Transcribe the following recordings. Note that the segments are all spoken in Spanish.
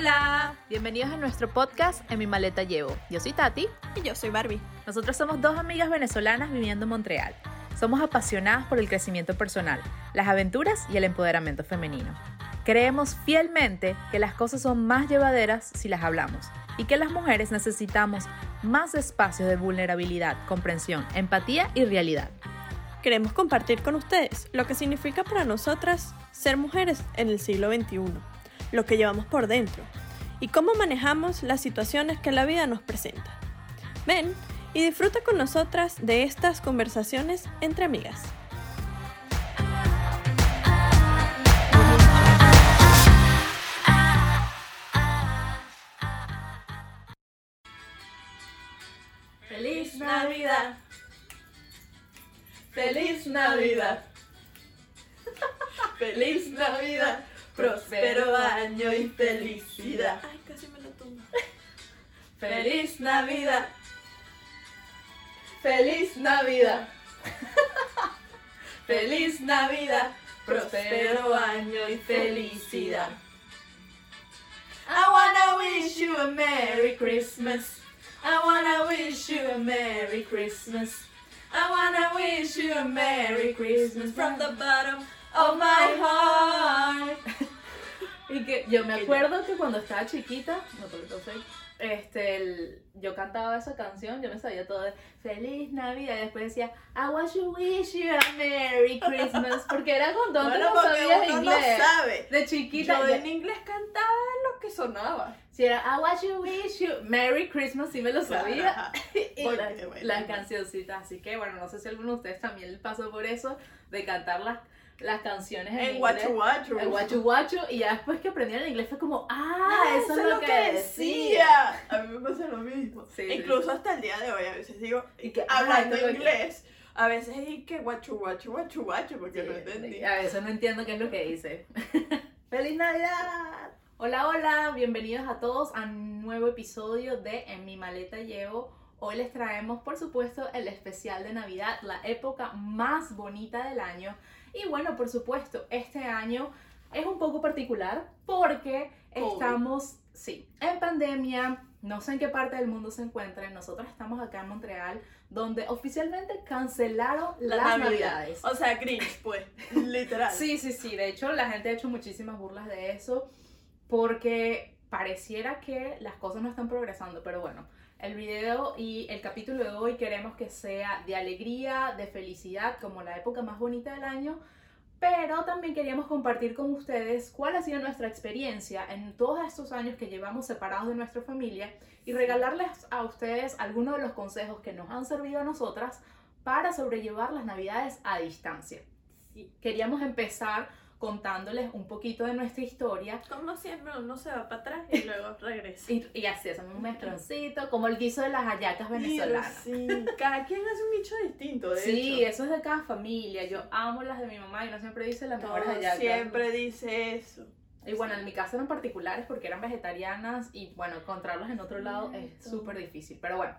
Hola, bienvenidos a nuestro podcast En mi maleta llevo. Yo soy Tati. Y yo soy Barbie. Nosotros somos dos amigas venezolanas viviendo en Montreal. Somos apasionadas por el crecimiento personal, las aventuras y el empoderamiento femenino. Creemos fielmente que las cosas son más llevaderas si las hablamos y que las mujeres necesitamos más espacios de vulnerabilidad, comprensión, empatía y realidad. Queremos compartir con ustedes lo que significa para nosotras ser mujeres en el siglo XXI, lo que llevamos por dentro y cómo manejamos las situaciones que la vida nos presenta. Ven y disfruta con nosotras de estas conversaciones entre amigas. ¡Feliz Navidad! ¡Feliz Navidad! ¡Feliz Navidad! ¡Próspero año y felicidad! Ay, casi me lo tumba. ¡Feliz Navidad! ¡Feliz Navidad! ¡Feliz Navidad! ¡Próspero año y felicidad! I wanna wish you a Merry Christmas. I wanna wish you a Merry Christmas. I wanna wish you a Merry Christmas from the bottom of my heart. Y que yo me acuerdo que cuando estaba chiquita, no, porque entonces, yo cantaba esa canción, yo me sabía todo de Feliz Navidad, y después decía I want to wish you a Merry Christmas, porque era cuando antes no sabías uno inglés. no sabe. De chiquita. Yo en inglés cantaba lo que sonaba. Si era I want to wish you Merry Christmas, sí me lo sabía. Ajá. Y Porque, las cancioncitas, así que bueno, no sé si alguno de ustedes también les pasó por eso, de cantar las canciones en inglés. Guachu Guachu. El guachu guachu, y ya después que aprendieron el inglés fue como, eso es lo que decía. A mí me pasa lo mismo. Sí, Incluso sí. hasta el día de hoy, a veces digo, Y que, hablando esto es lo que- inglés, a veces digo que guachu guachu guachu guachu, porque no entendí. A veces no entiendo qué es lo que dice. ¡Feliz Navidad! Hola, hola, bienvenidos a todos a un nuevo episodio de En mi maleta llevo. Hoy les traemos, por supuesto, el especial de Navidad, la época más bonita del año. Y bueno, por supuesto, este año es un poco particular porque COVID. estamos, en pandemia. No sé en qué parte del mundo se encuentren. Nosotros estamos acá en Montreal, donde oficialmente cancelaron las Navidades. O sea, Grinch, pues, literal. Sí. De hecho, la gente ha hecho muchísimas burlas de eso porque pareciera que las cosas no están progresando. Pero bueno, el video y el capítulo de hoy queremos que sea de alegría, de felicidad, como la época más bonita del año. Pero también queríamos compartir con ustedes cuál ha sido nuestra experiencia en todos estos años que llevamos separados de nuestra familia y regalarles a ustedes algunos de los consejos que nos han servido a nosotras para sobrellevar las Navidades a distancia. Sí. Queríamos empezar contándoles un poquito de nuestra historia. Como siempre, uno se va para atrás y luego regresa. Y así hacemos un mezcloncito, como el guiso de las hallacas venezolanas. Sí, cada quien hace un nicho distinto, de Sí, hecho. eso es de cada familia. Yo amo las de mi mamá y no siempre dice las mejores Todo hallacas. siempre dice eso. Y bueno, en mi casa eran particulares porque eran vegetarianas y bueno, encontrarlos en otro lado es súper difícil. Pero bueno,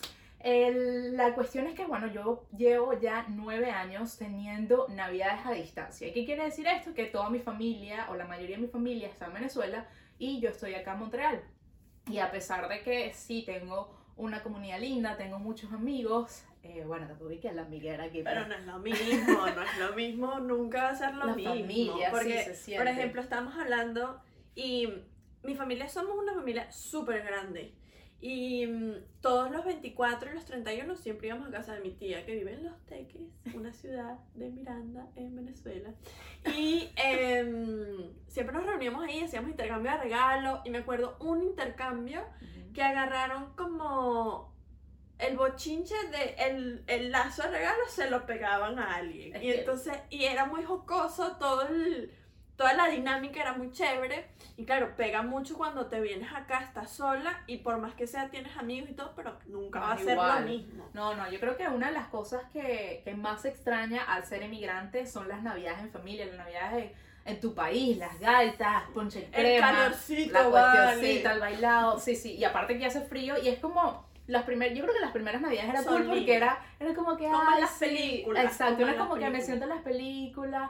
la cuestión es que bueno, yo llevo ya 9 años teniendo Navidades a distancia. ¿Y qué quiere decir esto? Que toda mi familia o la mayoría de mi familia está en Venezuela y yo estoy acá en Montreal. Y a pesar de que sí tengo una comunidad linda, tengo muchos amigos, bueno, te ubiqué a la amiguera aquí. Pero no es lo mismo, no es lo mismo, nunca va a ser lo La mismo. familia, porque, sí, se siente. por ejemplo, estamos hablando y mi familia somos una familia súper grande. Y todos los 24 y los 31 siempre íbamos a casa de mi tía que vive en Los Teques, una ciudad de Miranda, en Venezuela. Y siempre nos reuníamos ahí, hacíamos intercambio de regalos. Y me acuerdo un intercambio que agarraron como el bochinche de el lazo de regalos, se lo pegaban a alguien. Y entonces, y era muy jocoso toda la dinámica era muy chévere y claro, pega mucho cuando te vienes acá, estás sola y por más que sea tienes amigos y todo, pero nunca va a ser lo mismo. No, yo creo que una de las cosas que más se extraña al ser emigrante son las Navidades en familia, las Navidades en tu país, las gaitas, ponche crema, el calorcito, la cuestioncita, vale. el bailado, sí, y aparte que hace frío y es como yo creo que las primeras Navidades era Son cool porque lindas. era como que Como ay, las sí, películas, exacto, como era las como que me películas. siento en las películas.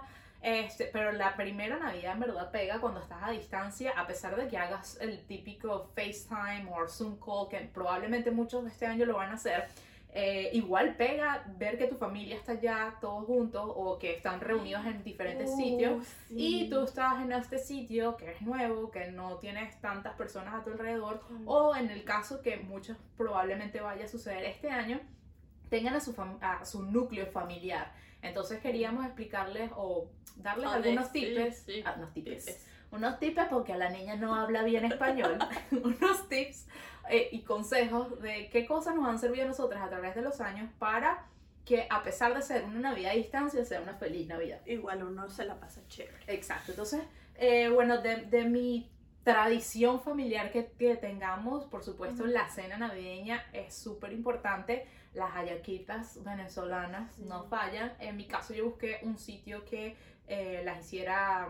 Pero la primera Navidad en verdad pega cuando estás a distancia, a pesar de que hagas el típico FaceTime o Zoom call, que probablemente muchos de este año lo van a hacer. Igual pega ver que tu familia está ya todos juntos o que están reunidos en diferentes sitios y tú estás en este sitio que es nuevo, que no tienes tantas personas a tu alrededor, o en el caso que muchos probablemente vaya a suceder este año, tengan a su núcleo familiar. Entonces queríamos explicarles o darles algunos tips, unos tips porque a la niña no habla bien español, unos tips y consejos de qué cosas nos han servido a nosotras a través de los años para que, a pesar de ser una Navidad a distancia, sea una feliz Navidad. Igual uno se la pasa chévere. Exacto. Entonces, bueno, de mi tradición familiar que tengamos, por supuesto, la cena navideña es súper importante. Las hallaquitas venezolanas no fallan. En mi caso, yo busqué un sitio que las hiciera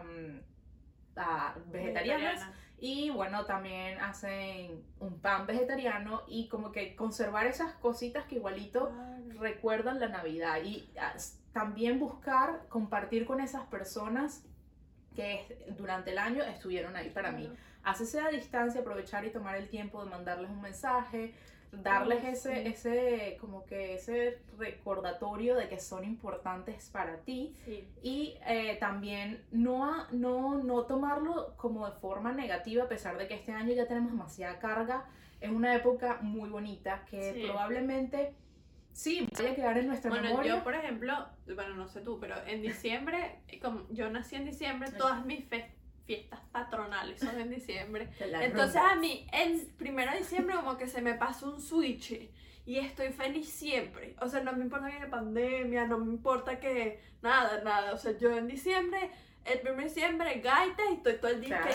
vegetarianas. Y bueno, también hacen un pan vegetariano y como que conservar esas cositas que igualito recuerdan la Navidad. Y también buscar compartir con esas personas que durante el año estuvieron ahí para mí. Así sea a distancia, aprovechar y tomar el tiempo de mandarles un mensaje, darles ese recordatorio de que son importantes para ti. Y también no tomarlo como de forma negativa, a pesar de que este año ya tenemos demasiada carga. Es una época muy bonita que probablemente vaya a quedar en nuestra memoria. Yo, por ejemplo, bueno, no sé tú, pero en diciembre, como yo nací en diciembre, todas mis fiestas patronales son en diciembre. Entonces a mí, en 1 de diciembre, como que se me pasó un switch y estoy feliz siempre. O sea, no me importa que haya pandemia, no me importa que nada. O sea, yo en diciembre, el 1 de diciembre, gaita y estoy todo el día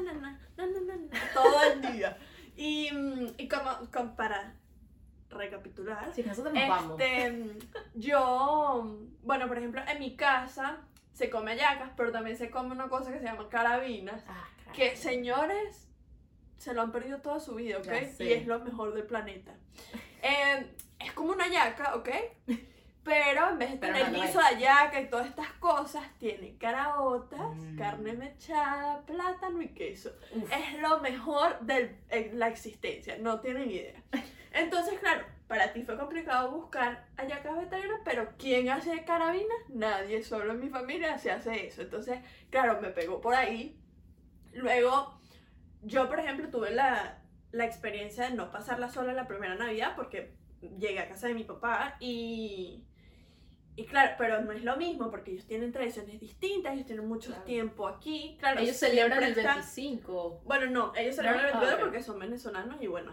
todo el día. Y como para recapitular, nosotros nos vamos. Yo, bueno, por ejemplo, en mi casa se come hallacas, pero también se come una cosa que se llama carabinas, que señores se lo han perdido toda su vida, ¿ok? Y es lo mejor del planeta. Es como una hallaca, ¿ok? Pero en vez de tener guiso de hallaca y todas estas cosas, tiene caraotas, carne mechada, plátano y queso. Es lo mejor de la existencia, no tienen idea. Entonces, claro, para ti fue complicado buscar hallacas vegetarianas, pero ¿quién hace carabinas? Nadie, solo en mi familia se hace eso. Entonces, claro, me pegó por ahí. Luego, yo, por ejemplo, tuve la experiencia de no pasarla sola la primera Navidad porque llegué a casa de mi papá y claro, pero no es lo mismo porque ellos tienen tradiciones distintas, ellos tienen mucho tiempo aquí. Claro, ellos celebran el 25. Bueno, no, ellos celebran el 22 porque son venezolanos y bueno,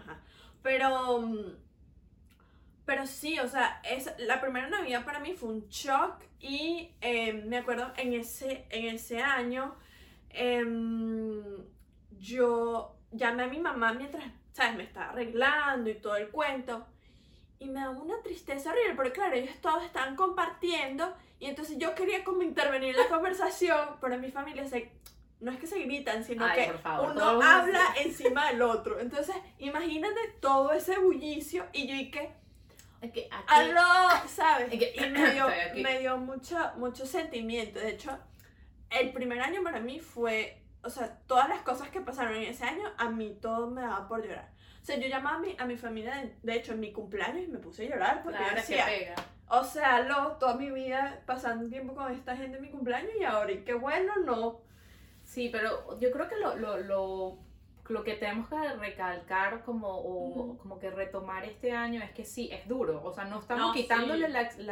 Pero sí, o sea, la primera Navidad para mí fue un shock y me acuerdo en ese año yo llamé a mi mamá mientras, ¿sabes? Me estaba arreglando y todo el cuento y me da una tristeza horrible porque claro, ellos todos estaban compartiendo y entonces yo quería como intervenir en la conversación, pero en mi familia no es que se gritan, sino que uno habla encima del otro. Entonces, imagínate todo ese bullicio y yo aló, ¿sabes? Y me dio mucho sentimiento. De hecho, el primer año para mí fue, o sea, todas las cosas que pasaron en ese año, a mí todo me daba por llorar. O sea, yo llamaba a mi familia, de hecho, en mi cumpleaños y me puse a llorar porque yo decía, o sea, toda mi vida pasando tiempo con esta gente en mi cumpleaños y ahora, y qué bueno, no. Sí, pero yo creo que lo que tenemos que recalcar como que retomar este año es que sí, es duro. O sea, no estamos quitándole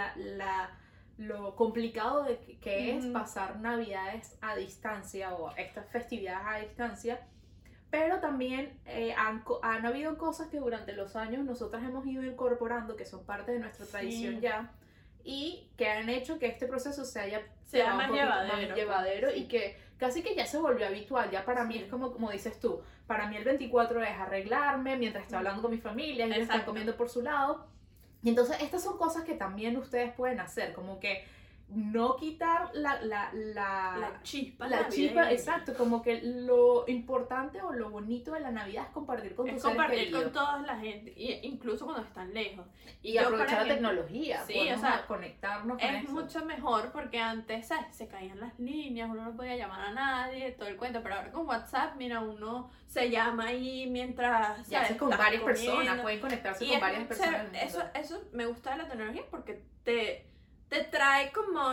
lo complicado que es pasar Navidades a distancia o estas festividades a distancia. Pero también han habido cosas que durante los años nosotras hemos ido incorporando, que son parte de nuestra tradición ya, y que han hecho que este proceso sea más llevadero y que casi que ya se volvió habitual. Ya para mí es como dices tú, para mí el 24 es arreglarme mientras estoy hablando con mi familia, ellos están comiendo por su lado. Y entonces estas son cosas que también ustedes pueden hacer, como que no quitar La chispa. la chispa, navideña. exacto, como que lo importante o lo bonito de la Navidad es compartir con Es tus seres compartir queridos. con toda la gente, incluso cuando están lejos. Y yo, aprovechar por la ejemplo, tecnología, sí, podemos o sea, conectarnos con es eso. mucho mejor porque antes, ¿sabes? Se caían las líneas, uno no podía llamar a nadie, todo el cuento, pero ahora con WhatsApp, mira, uno se llama ahí mientras, Ya ¿sabes? haces con estás varias comiendo. personas, pueden conectarse Y con es varias muy personas chévere. del mundo. Eso me gusta de la tecnología porque te trae como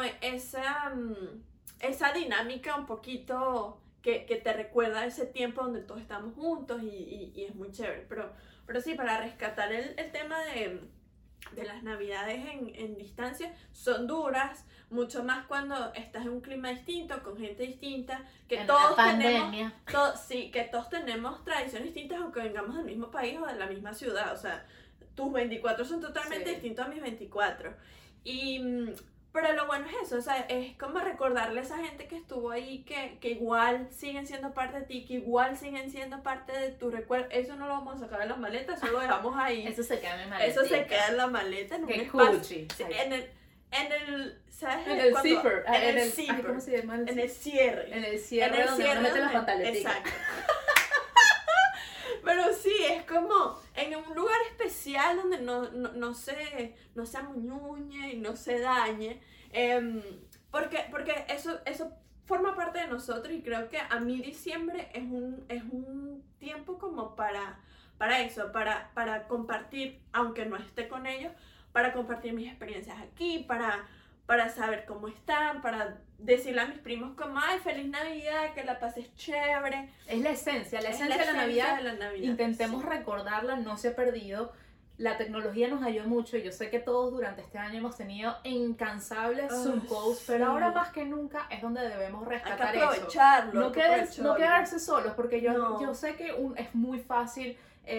esa dinámica un poquito que te recuerda ese tiempo donde todos estamos juntos y es muy chévere. Pero sí, para rescatar el tema de las navidades en distancia, son duras, mucho más cuando estás en un clima distinto, con gente distinta, que En todos la tenemos, pandemia. sí, que todos tenemos tradiciones distintas aunque vengamos del mismo país o de la misma ciudad, o sea, tus 24 son totalmente Sí. distintos a mis 24. Pero lo bueno es eso, o sea, es como recordarle a esa gente que estuvo ahí, que igual siguen siendo parte de ti, que igual siguen siendo parte de tu recuerdo. Eso no lo vamos a sacar de las maletas, eso lo dejamos ahí. Eso se queda en mi maleta. Eso se queda en la maleta, en un Qué espacio. cuchi. Sí, ¿sabes? En el Cuando- zipper. En el ay, zipper. ¿cómo se llama? En el cierre. En el cierre En el donde cierre uno mete las donde- pantaleticas. Exacto. Pero sí, es como en un lugar especial donde no se amuñuñe y no se dañe. Porque eso forma parte de nosotros y creo que a mí diciembre es un tiempo como para eso, para compartir, aunque no esté con ellos, para compartir mis experiencias aquí, para saber cómo están, para decirle a mis primos como, ay, feliz Navidad, que la pases chévere. Es la esencia Es de la Navidad. de la Navidad, Intentemos sí. recordarla, no se ha perdido. La tecnología nos ayudó mucho. Yo sé que todos durante este año hemos tenido incansables Zoom calls, pero sí. ahora más que nunca es donde debemos Hay que rescatar eso. aprovecharlo. No, hay que no aprovecharlo. quedarse solos, porque No. yo sé que es muy fácil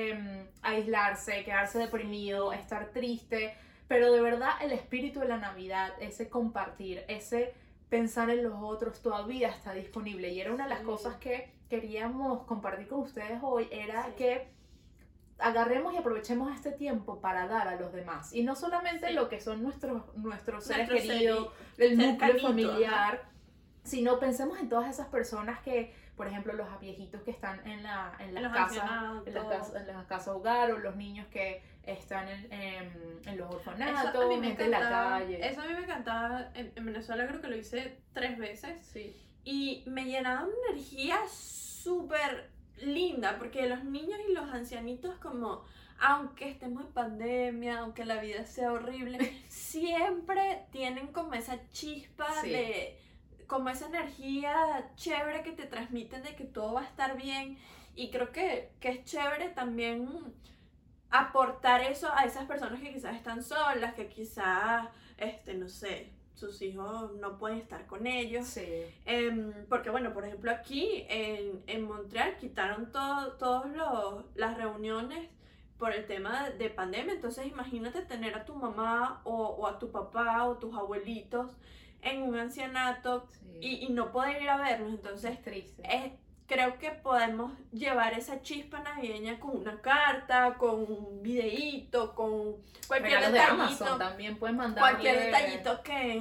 aislarse, quedarse deprimido, estar triste, pero de verdad el espíritu de la Navidad, ese compartir, ese pensar en los otros todavía está disponible. Y era una de las Sí. cosas que queríamos compartir con ustedes hoy, era Sí. que agarremos y aprovechemos este tiempo para dar a los demás. Y no solamente Sí. lo que son nuestros seres Nuestro queridos, el núcleo cercanito, familiar, sino pensemos en todas esas personas que, por ejemplo, los viejitos que están en las Los casas, ancianatos. en las casas hogar, o los niños que están en los Eso orfanatos, a mí me gente en la encantaba. calle. Eso a mí me encantaba. En Venezuela creo que lo hice 3 veces. Sí. Y me llenaba una energía súper linda, porque los niños y los ancianitos como, aunque estemos en pandemia, aunque la vida sea horrible, siempre tienen como esa chispa Sí. como esa energía chévere que te transmiten de que todo va a estar bien. Y creo que es chévere también aportar eso a esas personas que quizás están solas, que quizás, no sé, sus hijos no pueden estar con ellos. Sí. Porque bueno, por ejemplo aquí en Montreal quitaron todas las reuniones por el tema de pandemia. Entonces imagínate tener a tu mamá o a tu papá o tus abuelitos en un ancianato Sí. y no poder ir a verlos. Entonces Es triste. creo que podemos llevar esa chispa navideña con una carta, con un videíto, con cualquier Regalos de detallito. Amazon también pueden mandar. Cualquier detallito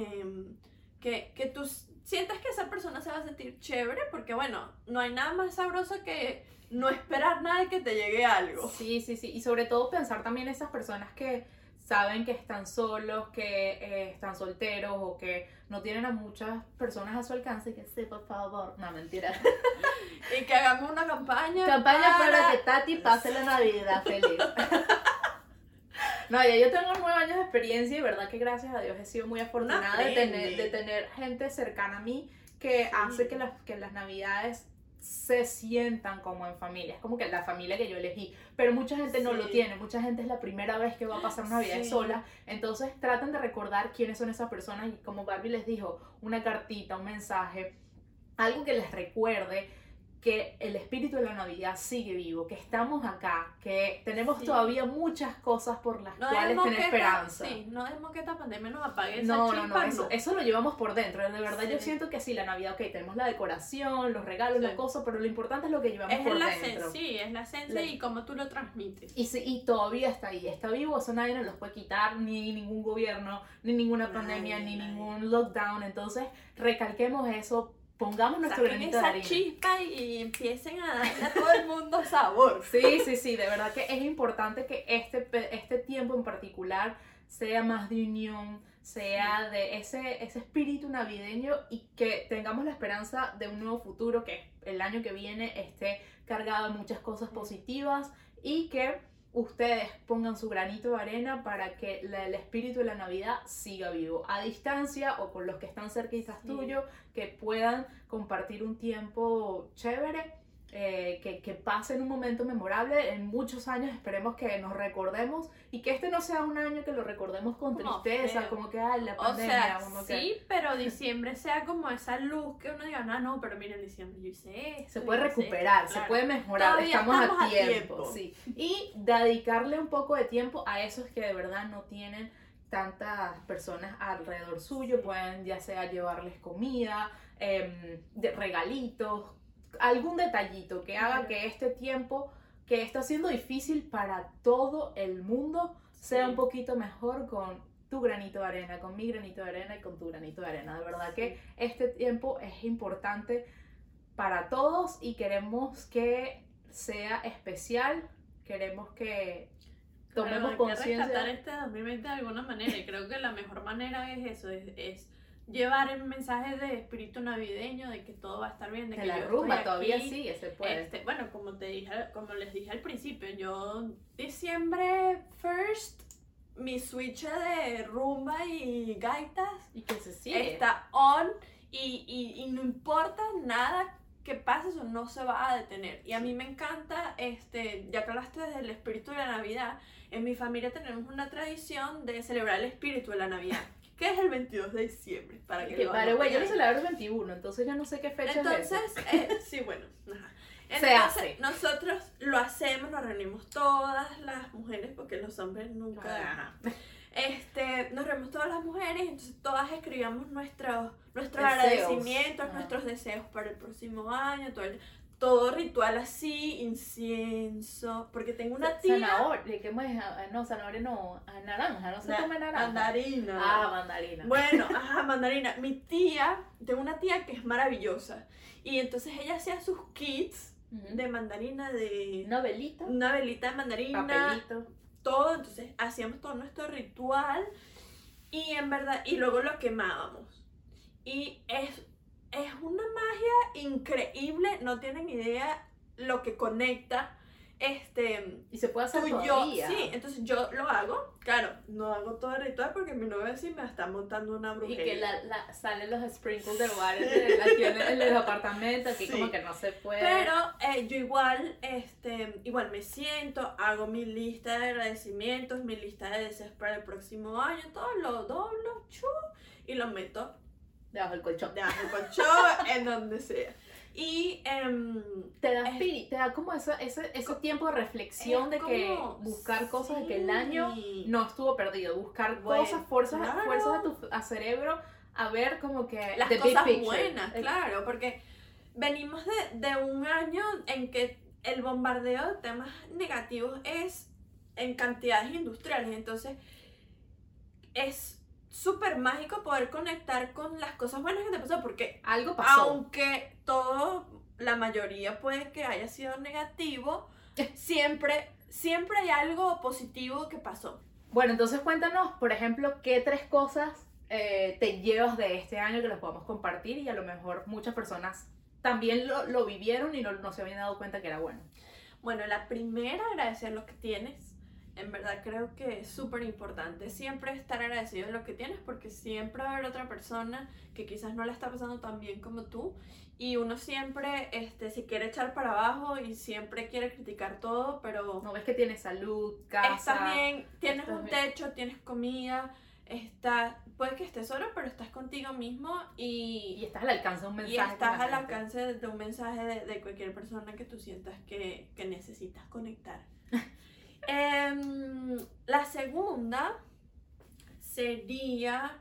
que tú sientas que esa persona se va a sentir chévere, porque bueno, no hay nada más sabroso que no esperar nada de que te llegue algo. Sí, sí, sí. Y sobre todo pensar también en esas personas que saben que están solos, que están solteros o que no tienen a muchas personas a su alcance. Que sí, por favor. No, mentira. Y que hagamos una campaña. Campaña para que Tati pase la Navidad feliz. No, ya yo tengo 9 años de experiencia y verdad que gracias a Dios he sido muy afortunada de tener gente cercana a mí que hace que las Navidades se sientan como en familia. Es como que la familia que yo elegí. Pero mucha gente no lo tiene. Mucha gente es la primera vez que va a pasar Navidades sola. Entonces traten de recordar quiénes son esas personas. Y como Barbie les dijo, una cartita, un mensaje, algo que les recuerde que el espíritu de la Navidad sigue vivo, que estamos acá, que tenemos Sí. todavía muchas cosas por las No cuales dejemos tener que esperanza. Sí, no dejemos que esta pandemia nos apague esa No, chispa, eso lo llevamos por dentro. De verdad Sí. yo siento que sí, la Navidad, ok, tenemos la decoración, los regalos, Sí. las cosas, pero lo importante es lo que llevamos Es por la dentro. esencia, sí, es la esencia La- y cómo tú lo transmites. Y todavía está ahí, está vivo, eso nadie nos lo puede quitar, ni ningún gobierno, ni ninguna Nadie, pandemia, ni nadie. ningún lockdown. Entonces, recalquemos eso, pongamos nuestro Saquen granito de esa arena. chispa y empiecen a darle a todo el mundo sabor. Sí, de verdad que es importante que este tiempo en particular sea más de unión, sea de ese espíritu navideño y que tengamos la esperanza de un nuevo futuro, que el año que viene esté cargado de muchas cosas positivas y que ustedes pongan su granito de arena para que el espíritu de la Navidad siga vivo, a distancia o con los que están cerquitas Sí. tuyo, que puedan compartir un tiempo chévere, que pasen un momento memorable. En muchos años esperemos que nos recordemos y que este no sea un año que lo recordemos con Como tristeza, feo. como que ay, la O pandemia, sea, como que sí, pero diciembre sea como esa luz que uno diga, no, pero mira, en diciembre yo hice esto. se puede yo hice recuperar, esto", se claro. puede mejorar, Todavía estamos a estamos a tiempo, tiempo. sí. Y dedicarle un poco de tiempo a esos que de verdad no tienen tantas personas alrededor suyo, pueden ya sea llevarles comida, regalitos, algún detallito que haga Claro. que este tiempo que está siendo difícil para todo el mundo sea Sí. un poquito mejor con tu granito de arena, con mi granito de arena y con tu granito de arena. De verdad que este tiempo es importante para todos y queremos que sea especial, queremos que tomemos Claro, hay que rescatar conciencia. este 2020 de alguna manera y creo que la mejor manera es eso, es llevar el mensaje de espíritu navideño, de que todo va a estar bien, de De que la yo rumba estoy todavía aquí. sigue, se puede. Bueno, como les dije al principio, yo diciembre 1st, mi switch de rumba y gaitas Y que se sigue. está on y no importa nada que pase, eso no se va a detener. Y a mí me encanta, ya que hablaste del espíritu de la Navidad, en mi familia tenemos una tradición de celebrar el espíritu de la Navidad, que es el 22 de diciembre, para que Que lo vale, güey, yo lo anoten ahí. celebro el 21, entonces yo no sé qué fecha es esa. Entonces, sí, bueno, ajá. Se Entonces, hace. nosotros lo hacemos, nos reunimos todas las mujeres, porque los hombres nunca. Ajá. Nos reunimos todas las mujeres, entonces todas escribíamos nuestros Deseos. agradecimientos, Ajá. nuestros deseos para el próximo año, todo ritual así, incienso, porque tengo una tía. Zanahoria, ¿qué más? No, zanahoria no, naranja, no se come naranja. Mandarina. Ah, mandarina. Bueno, ajá, mandarina. Tengo una tía que es maravillosa. Y entonces ella hacía sus kits Ujú. de mandarina, de Una velita, una velita de mandarina, papelito. todo. Entonces hacíamos todo nuestro ritual y en verdad, y luego lo quemábamos. Y es una magia increíble, no tienen idea lo que conecta. Y se puede hacer Tú y yo, todavía. sí, entonces yo lo hago, claro, no hago todo el ritual porque mi novia sí me está montando una Y brujería. que salen los sprinkles de lugares aquí en el apartamento, aquí Sí. como que no se puede. Pero yo igual me siento, hago mi lista de agradecimientos, mi lista de deseos para el próximo año, todo lo doblo, y lo meto Debajo del colchón. debajo del colchón, en donde sea. Y Te da como ese tiempo de reflexión, de que como- buscar cosas, de que el sí. año no estuvo perdido, buscar Bueno, cosas, fuerzas claro. de tu cerebro, a ver como que las the big cosas picture. buenas, claro, porque venimos de un año en que el bombardeo de temas negativos es en cantidades industriales, entonces es súper mágico poder conectar con las cosas buenas que te pasó, porque Algo pasó. aunque la mayoría puede que haya sido negativo, siempre hay algo positivo que pasó. Bueno, entonces cuéntanos, por ejemplo, qué 3 cosas te llevas de este año que las podamos compartir y a lo mejor muchas personas también lo vivieron y no se habían dado cuenta que era bueno. Bueno, la primera, agradecer lo que tienes. En verdad creo que es súper importante siempre estar agradecido de lo que tienes, porque siempre va a haber otra persona que quizás no la está pasando tan bien como tú, y uno siempre se quiere echar para abajo y siempre quiere criticar todo, pero No ves que tienes salud, casa. estás bien, tienes estás un bien. techo, tienes comida, puede que estés solo, pero estás contigo mismo y estás al alcance de un mensaje. Y estás al alcance de un mensaje de cualquier persona que tú sientas que necesitas conectar. La segunda sería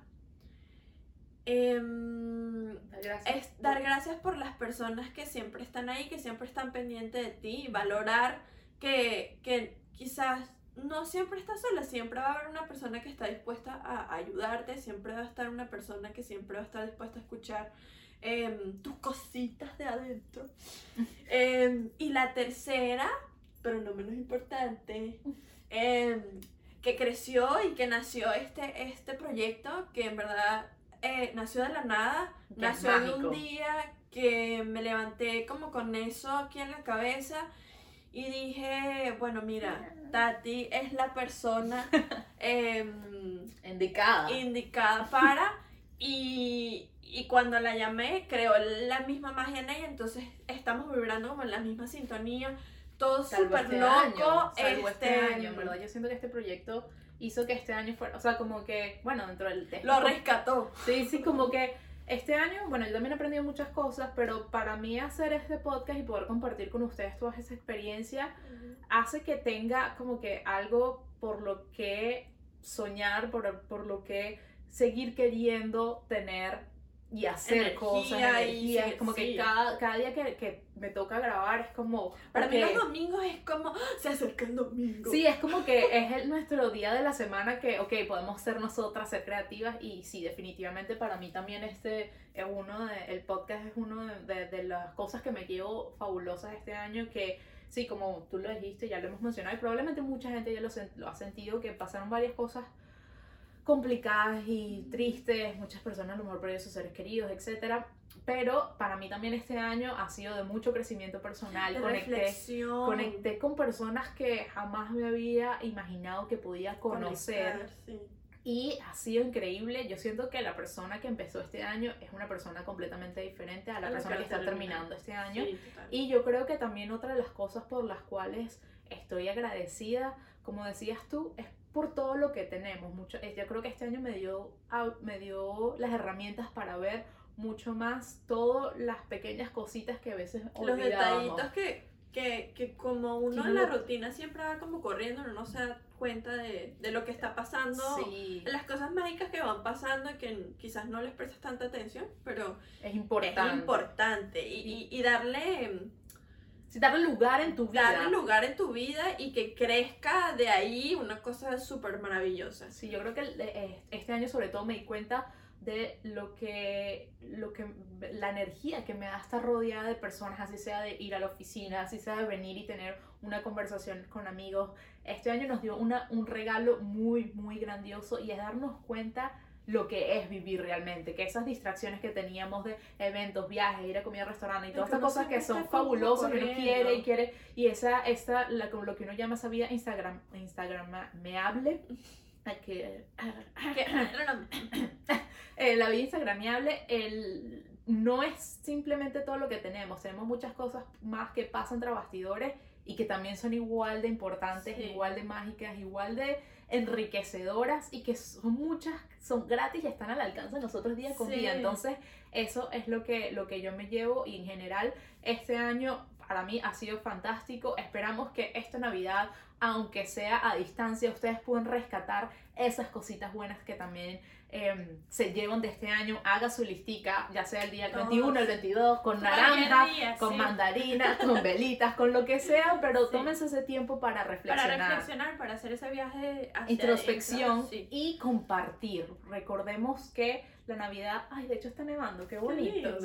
dar gracias por las personas que siempre están ahí, que siempre están pendientes de ti, y valorar que quizás no siempre estás sola, siempre va a haber una persona que está dispuesta a ayudarte, siempre va a estar una persona que siempre va a estar dispuesta a escuchar tus cositas de adentro. Y la tercera, pero no menos importante, que creció y que nació este proyecto, que en verdad nació de la nada, nació de un día que me levanté como con eso aquí en la cabeza y dije, bueno, mira, Tati es la persona indicada para, y cuando la llamé creó la misma magia en ella, entonces estamos vibrando como en la misma sintonía, todo súper loco. Salvo este año, en verdad yo siento que este proyecto hizo que este año fuera, o sea, como que, bueno, dentro del texto lo rescató. Sí, como que este año, bueno, yo también he aprendido muchas cosas, pero para mí hacer este podcast y poder compartir con ustedes toda esa experiencia hace que tenga como que algo por lo que soñar, por lo que seguir queriendo tener y hacer energía, cosas, energía. Es como que cada día que me toca grabar es como... Para mí los domingos es como, se acerca el domingo. Sí, es como que es nuestro día de la semana que, ok, podemos ser nosotras, ser creativas, y sí, definitivamente para mí también el podcast es uno de las cosas que me llevo fabulosas este año, que sí, como tú lo dijiste, ya lo hemos mencionado, y probablemente mucha gente ya lo ha sentido, que pasaron varias cosas complicadas y tristes, muchas personas a lo mejor perdieron sus seres queridos, etc. Pero para mí también este año ha sido de mucho crecimiento personal, conecté con personas que jamás me había imaginado que podía conocer. Sí. Y ha sido increíble. Yo siento que la persona que empezó este año es una persona completamente diferente a la persona que está terminando este año. Sí, y yo creo que también otra de las cosas por las cuales estoy agradecida, como decías tú, es por todo lo que tenemos. Yo creo que este año me dio las herramientas para ver mucho más todas las pequeñas cositas que a veces olvidamos. Los detallitos que como uno en la rutina siempre va como corriendo, no se da cuenta de lo que está pasando, las cosas mágicas que van pasando y que quizás no les prestas tanta atención, pero es importante. Y darle lugar en tu vida. Darle lugar en tu vida y que crezca de ahí una cosa súper maravillosa. Sí, yo creo que este año sobre todo me di cuenta de la energía que me da estar rodeada de personas, así sea de ir a la oficina, así sea de venir y tener una conversación con amigos. Este año nos dio un regalo muy, muy grandioso, y es darnos cuenta lo que es vivir realmente, que esas distracciones que teníamos de eventos, viajes, ir a comer a restaurantes y todas estas cosas que son fabulosas, que uno quiere, y lo que uno llama esa vida instagrameable, la vida instagramiable, no es simplemente todo lo que tenemos muchas cosas más que pasan tras bastidores y que también son igual de importantes, igual de mágicas, igual de enriquecedoras, y que son gratis y están al alcance de nosotros día con día. Entonces eso es lo que yo me llevo, y en general este año para mí ha sido fantástico. Esperamos que esta Navidad, aunque sea a distancia, ustedes puedan rescatar esas cositas buenas que también se llevan de este año. Haga su listica, ya sea el día 21, el 22, con naranja, con mandarina, con velitas, con lo que sea, pero tómense ese tiempo para reflexionar. Para hacer ese viaje hacia introspección y compartir. Recordemos que la Navidad, de hecho está nevando, qué bonito.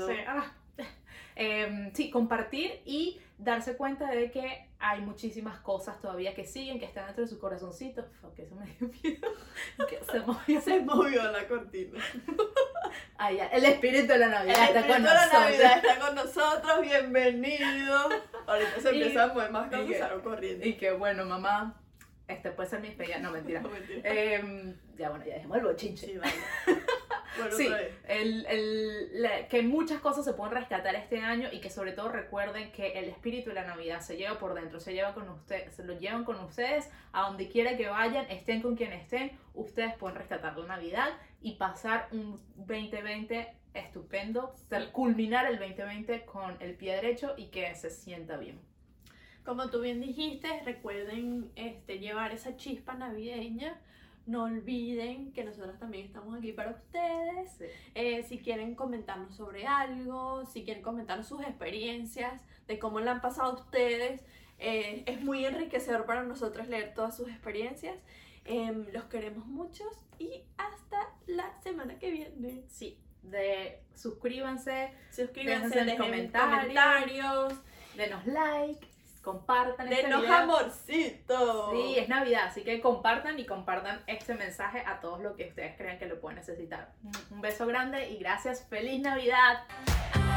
Compartir y darse cuenta de que hay muchísimas cosas todavía que siguen, que están dentro de su corazoncito. Que eso me dio miedo. Que se movió la cortina. El espíritu de la Navidad está con nosotros. La Navidad está con nosotros, bienvenido. Ahorita se empieza a mover más cosas, salgo corriendo. Y que bueno, mamá, puede ser mi despedida. No, mentira. No, mentira. Ya dejemos el bochinche. Sí, vale. Bueno, Sí, otra vez. que muchas cosas se pueden rescatar este año y que sobre todo recuerden que el espíritu de la Navidad se lleva por dentro, se lo llevan con ustedes a donde quiera que vayan, estén con quien estén, ustedes pueden rescatar la Navidad y pasar un 2020 estupendo, culminar el 2020 con el pie derecho y que se sienta bien. Como tú bien dijiste, recuerden llevar esa chispa navideña. No olviden que nosotros también estamos aquí para ustedes. Sí. Si quieren comentarnos sobre algo, si quieren comentarnos sus experiencias, de cómo la han pasado ustedes, es muy enriquecedor para nosotros leer todas sus experiencias. Los queremos muchos y hasta la semana que viene. Sí, suscríbanse, Suscríbanse, dejen comentarios, denos like, compartan denos video. amorcito. Sí, es Navidad, así que compartan este mensaje a todos los que ustedes crean que lo pueden necesitar. Un beso grande y gracias. ¡Feliz Navidad!